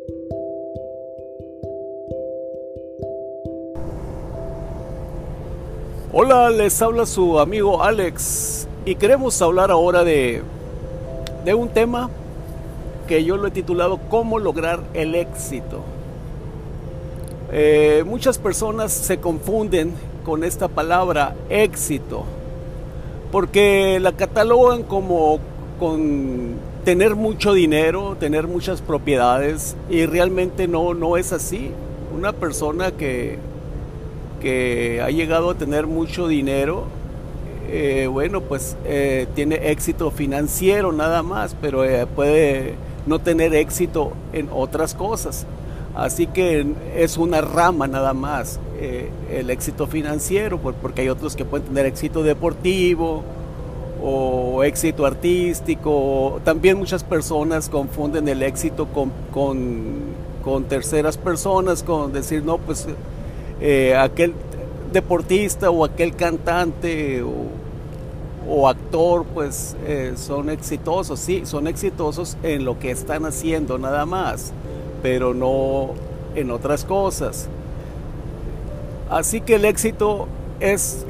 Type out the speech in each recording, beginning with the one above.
Hola, les habla su amigo Alex y queremos hablar ahora de un tema que yo lo he titulado ¿Cómo lograr el éxito? Muchas personas se confunden con esta palabra éxito porque la catalogan como con tener mucho dinero, tener muchas propiedades, y realmente no es así. Una persona que ha llegado a tener mucho dinero, tiene éxito financiero nada más, pero puede no tener éxito en otras cosas. Así que es una rama nada más, el éxito financiero, porque hay otros que pueden tener éxito deportivo o éxito artístico. También muchas personas confunden el éxito con terceras personas, con decir, no, pues aquel deportista o aquel cantante o actor, pues son exitosos. Sí, son exitosos en lo que están haciendo nada más, pero no en otras cosas. Así que el éxito es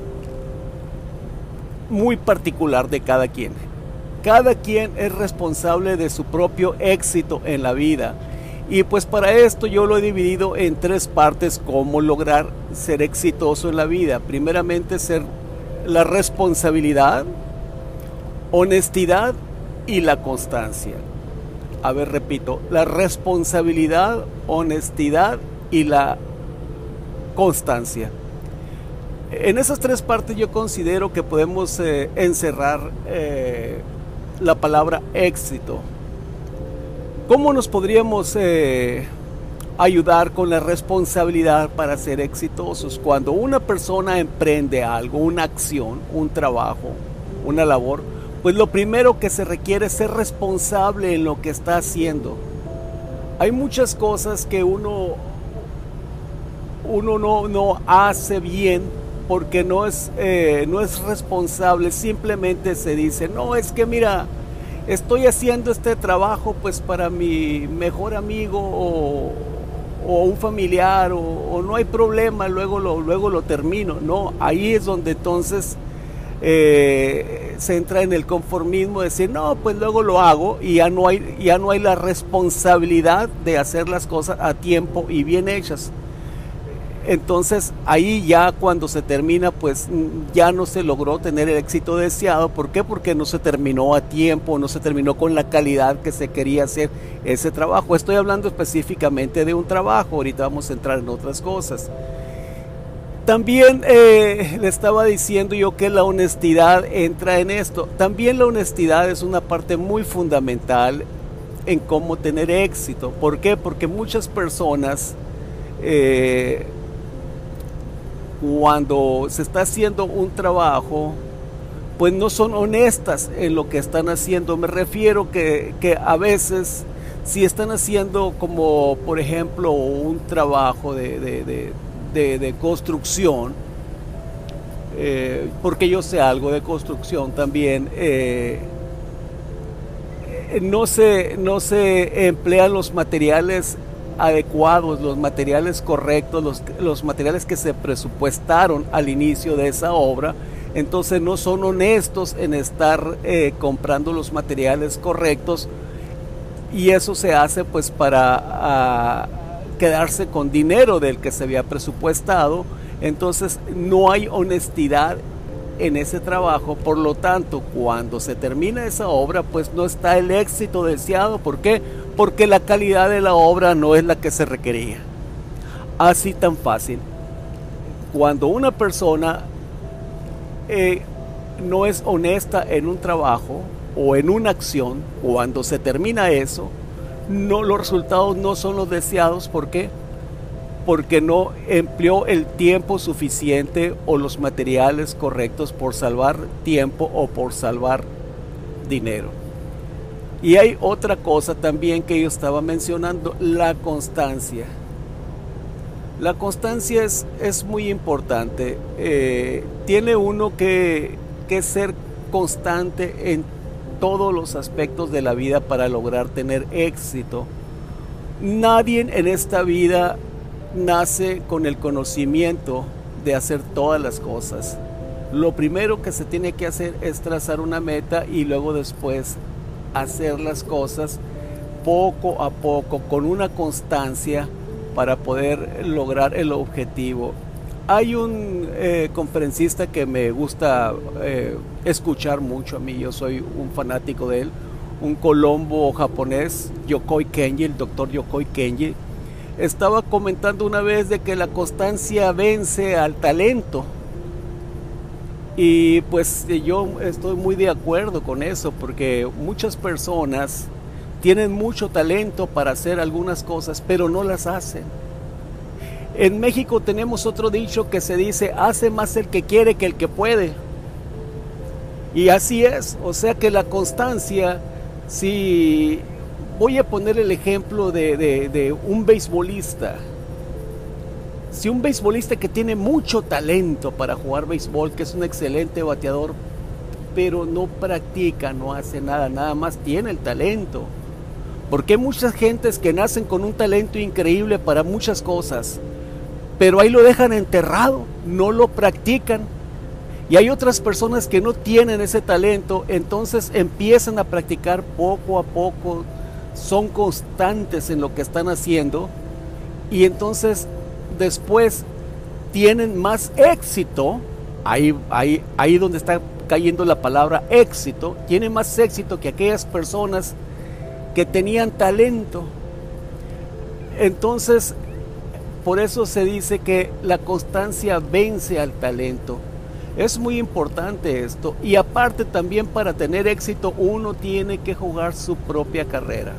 muy particular de cada quien. Cada quien es responsable de su propio éxito en la vida. Y pues para esto yo lo he dividido en tres partes: cómo lograr ser exitoso en la vida. Primeramente, ser la responsabilidad, honestidad y la constancia. A ver, repito: la responsabilidad, honestidad y la constancia. En esas tres partes yo considero que podemos encerrar la palabra éxito. ¿Cómo nos podríamos ayudar con la responsabilidad para ser exitosos? Cuando una persona emprende algo, una acción, un trabajo, una labor, pues lo primero que se requiere es ser responsable en lo que está haciendo. Hay muchas cosas que uno no hace bien porque no es responsable. Simplemente se dice, no, es que mira, estoy haciendo este trabajo pues para mi mejor amigo o un familiar, o no hay problema, luego lo termino. No, ahí es donde entonces se entra en el conformismo, de decir, no, pues luego lo hago, y ya no hay la responsabilidad de hacer las cosas a tiempo y bien hechas. Entonces ahí ya cuando se termina, pues ya no se logró tener el éxito deseado. ¿Por qué? Porque no se terminó a tiempo, no se terminó con la calidad que se quería hacer ese trabajo. Estoy hablando específicamente de un trabajo, ahorita vamos a entrar en otras cosas. También le estaba diciendo yo que la honestidad entra en esto. También la honestidad es una parte muy fundamental en cómo tener éxito. ¿Por qué? Porque muchas personas cuando se está haciendo un trabajo, pues no son honestas en lo que están haciendo. Me refiero que a veces, si están haciendo como por ejemplo un trabajo de construcción, porque yo sé algo de construcción también, no se emplean los materiales adecuados, los materiales correctos, los materiales que se presupuestaron al inicio de esa obra. Entonces no son honestos en estar comprando los materiales correctos, y eso se hace pues para quedarse con dinero del que se había presupuestado. Entonces no hay honestidad en ese trabajo. Por lo tanto, cuando se termina esa obra, pues no está el éxito deseado. ¿Por qué? Porque la calidad de la obra no es la que se requería. Así tan fácil. Cuando una persona no es honesta en un trabajo o en una acción, cuando se termina eso, los resultados no son los deseados. ¿Por qué? Porque no empleó el tiempo suficiente o los materiales correctos por salvar tiempo o por salvar dinero. Y hay otra cosa también que yo estaba mencionando: la constancia. La constancia es muy importante. Tiene uno que ser constante en todos los aspectos de la vida para lograr tener éxito. Nadie en esta vida nace con el conocimiento de hacer todas las cosas. Lo primero que se tiene que hacer es trazar una meta y luego después hacer las cosas poco a poco, con una constancia para poder lograr el objetivo. Hay un conferencista que me gusta escuchar mucho a mí, yo soy un fanático de él, un colombo japonés, Yokoi Kenji, el doctor Yokoi Kenji. Estaba comentando una vez de que la constancia vence al talento. Y pues yo estoy muy de acuerdo con eso, porque muchas personas tienen mucho talento para hacer algunas cosas, pero no las hacen. En México tenemos otro dicho que se dice: hace más el que quiere que el que puede. Y así es, o sea que la constancia, si voy a poner el ejemplo de un beisbolista. Si un beisbolista que tiene mucho talento para jugar béisbol, que es un excelente bateador, pero no practica, no hace nada, nada más tiene el talento. Porque hay muchas gentes que nacen con un talento increíble para muchas cosas, pero ahí lo dejan enterrado, no lo practican. Y hay otras personas que no tienen ese talento, entonces empiezan a practicar poco a poco, son constantes en lo que están haciendo, y entonces después tienen más éxito. Ahí donde está cayendo la palabra éxito, tienen más éxito que aquellas personas que tenían talento. Entonces, por eso se dice que la constancia vence al talento. Es muy importante esto, y aparte también para tener éxito uno tiene que jugar su propia carrera.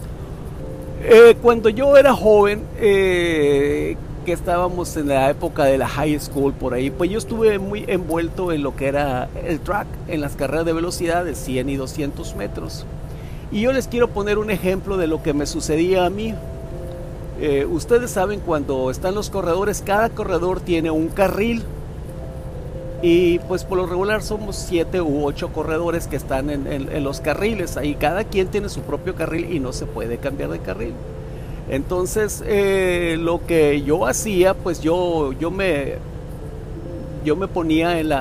Cuando yo era joven, que estábamos en la época de la high school por ahí, pues yo estuve muy envuelto en lo que era el track, en las carreras de velocidad de 100 y 200 metros. Y yo les quiero poner un ejemplo de lo que me sucedía a mí. Ustedes saben, cuando están los corredores, cada corredor tiene un carril. Y pues por lo regular somos 7 u 8 corredores que están en los carriles. Ahí cada quien tiene su propio carril y no se puede cambiar de carril. Entonces lo que yo hacía, pues yo me ponía en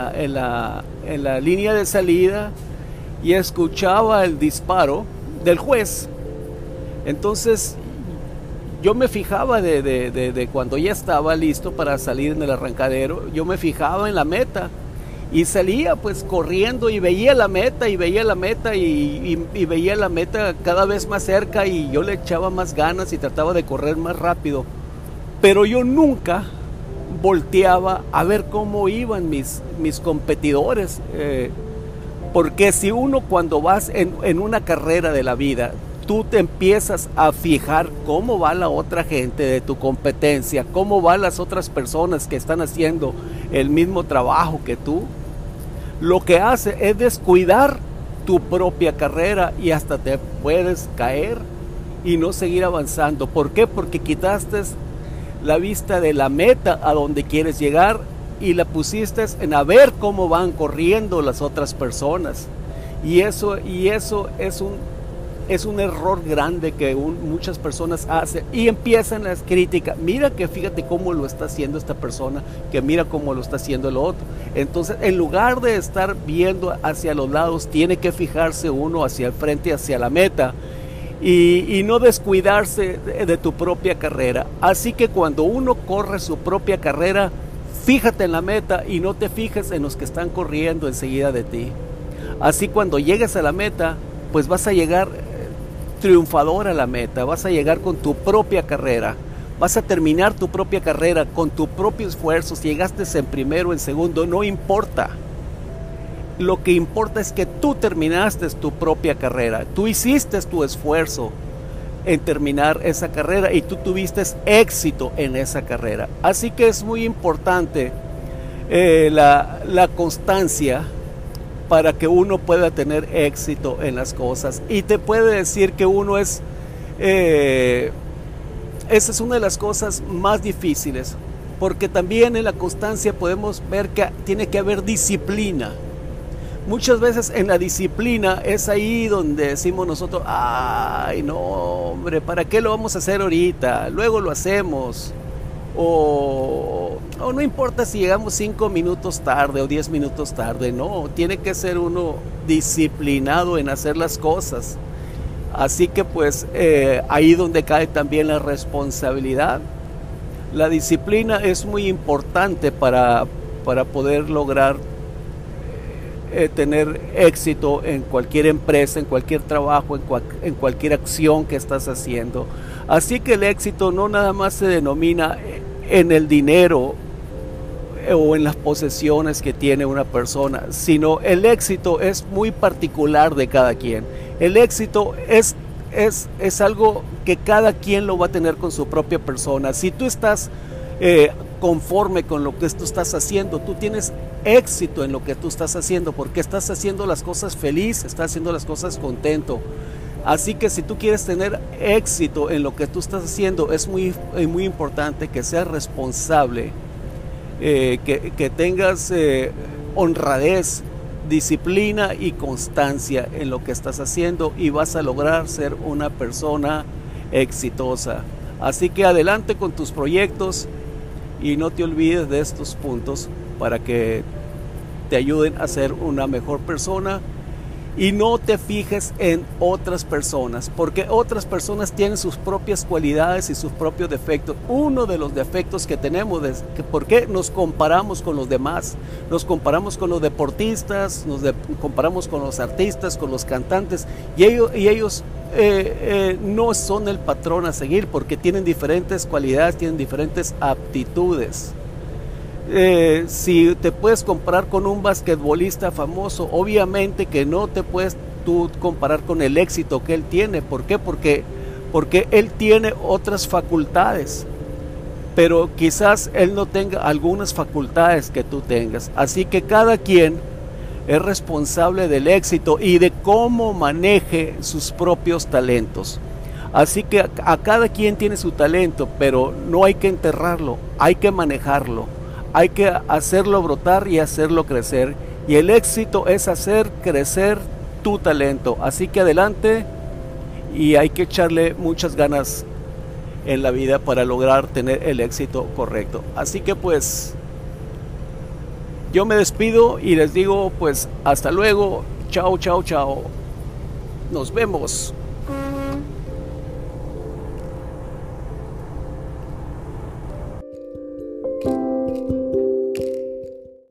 la línea de salida y escuchaba el disparo del juez. Entonces yo me fijaba de cuando ya estaba listo para salir en el arrancadero, yo me fijaba en la meta y salía pues corriendo y veía la meta y veía la meta y veía la meta cada vez más cerca, y yo le echaba más ganas y trataba de correr más rápido, pero yo nunca volteaba a ver cómo iban mis competidores, porque si uno, cuando vas en una carrera de la vida, tú te empiezas a fijar cómo va la otra gente de tu competencia, cómo van las otras personas que están haciendo el mismo trabajo que tú, lo que hace es descuidar tu propia carrera y hasta te puedes caer y no seguir avanzando. ¿Por qué? Porque quitaste la vista de la meta a donde quieres llegar y la pusiste en a ver cómo van corriendo las otras personas. Y eso es un error grande que muchas personas hacen, y empiezan las críticas. Mira que fíjate cómo lo está haciendo esta persona, que mira cómo lo está haciendo el otro. Entonces, en lugar de estar viendo hacia los lados, tiene que fijarse uno hacia el frente, hacia la meta, y no descuidarse de tu propia carrera. Así que cuando uno corre su propia carrera, fíjate en la meta y no te fijes en los que están corriendo enseguida de ti. Así, cuando llegues a la meta, pues vas a llegar triunfador a la meta, vas a llegar con tu propia carrera, vas a terminar tu propia carrera con tu propio esfuerzo. Si llegaste en primero, en segundo, no importa. Lo que importa es que tú terminaste tu propia carrera, tú hiciste tu esfuerzo en terminar esa carrera y tú tuviste éxito en esa carrera. Así que es muy importante la constancia para que uno pueda tener éxito en las cosas. Y te puede decir que uno esa es una de las cosas más difíciles, porque también en la constancia podemos ver que tiene que haber disciplina. Muchas veces en la disciplina es ahí donde decimos nosotros, ay, no, hombre, ¿para qué lo vamos a hacer ahorita? Luego lo hacemos. O no importa si llegamos 5 minutos tarde o 10 minutos tarde, no, tiene que ser uno disciplinado en hacer las cosas. Así que pues ahí donde cae también la responsabilidad. La disciplina es muy importante para poder lograr tener éxito en cualquier empresa, en cualquier trabajo, en cualquier acción que estás haciendo. Así que el éxito no nada más se denomina en el dinero o en las posesiones que tiene una persona, sino el éxito es muy particular de cada quien. El éxito es algo que cada quien lo va a tener con su propia persona. Si tú estás conforme con lo que tú estás haciendo, tú tienes éxito en lo que tú estás haciendo, porque estás haciendo las cosas feliz, estás haciendo las cosas contento. Así que si tú quieres tener éxito en lo que tú estás haciendo, es muy importante que seas responsable, que tengas honradez, disciplina y constancia en lo que estás haciendo, y vas a lograr ser una persona exitosa. Así que adelante con tus proyectos y no te olvides de estos puntos para que te ayuden a ser una mejor persona. Y no te fijes en otras personas, porque otras personas tienen sus propias cualidades y sus propios defectos. Uno de los defectos que tenemos es que ¿por qué nos comparamos con los demás? Nos comparamos con los deportistas, comparamos con los artistas, con los cantantes, y ellos no son el patrón a seguir, porque tienen diferentes cualidades, tienen diferentes aptitudes. Si te puedes comparar con un basquetbolista famoso, obviamente que no te puedes tú comparar con el éxito que él tiene. ¿Por qué? Porque él tiene otras facultades, pero quizás él no tenga algunas facultades que tú tengas. Así que cada quien es responsable del éxito y de cómo maneje sus propios talentos. Así que a cada quien tiene su talento, pero no hay que enterrarlo, hay que manejarlo. Hay que hacerlo brotar y hacerlo crecer. Y el éxito es hacer crecer tu talento. Así que adelante, y hay que echarle muchas ganas en la vida para lograr tener el éxito correcto. Así que pues yo me despido y les digo pues hasta luego. Chao, chao, chao. Nos vemos.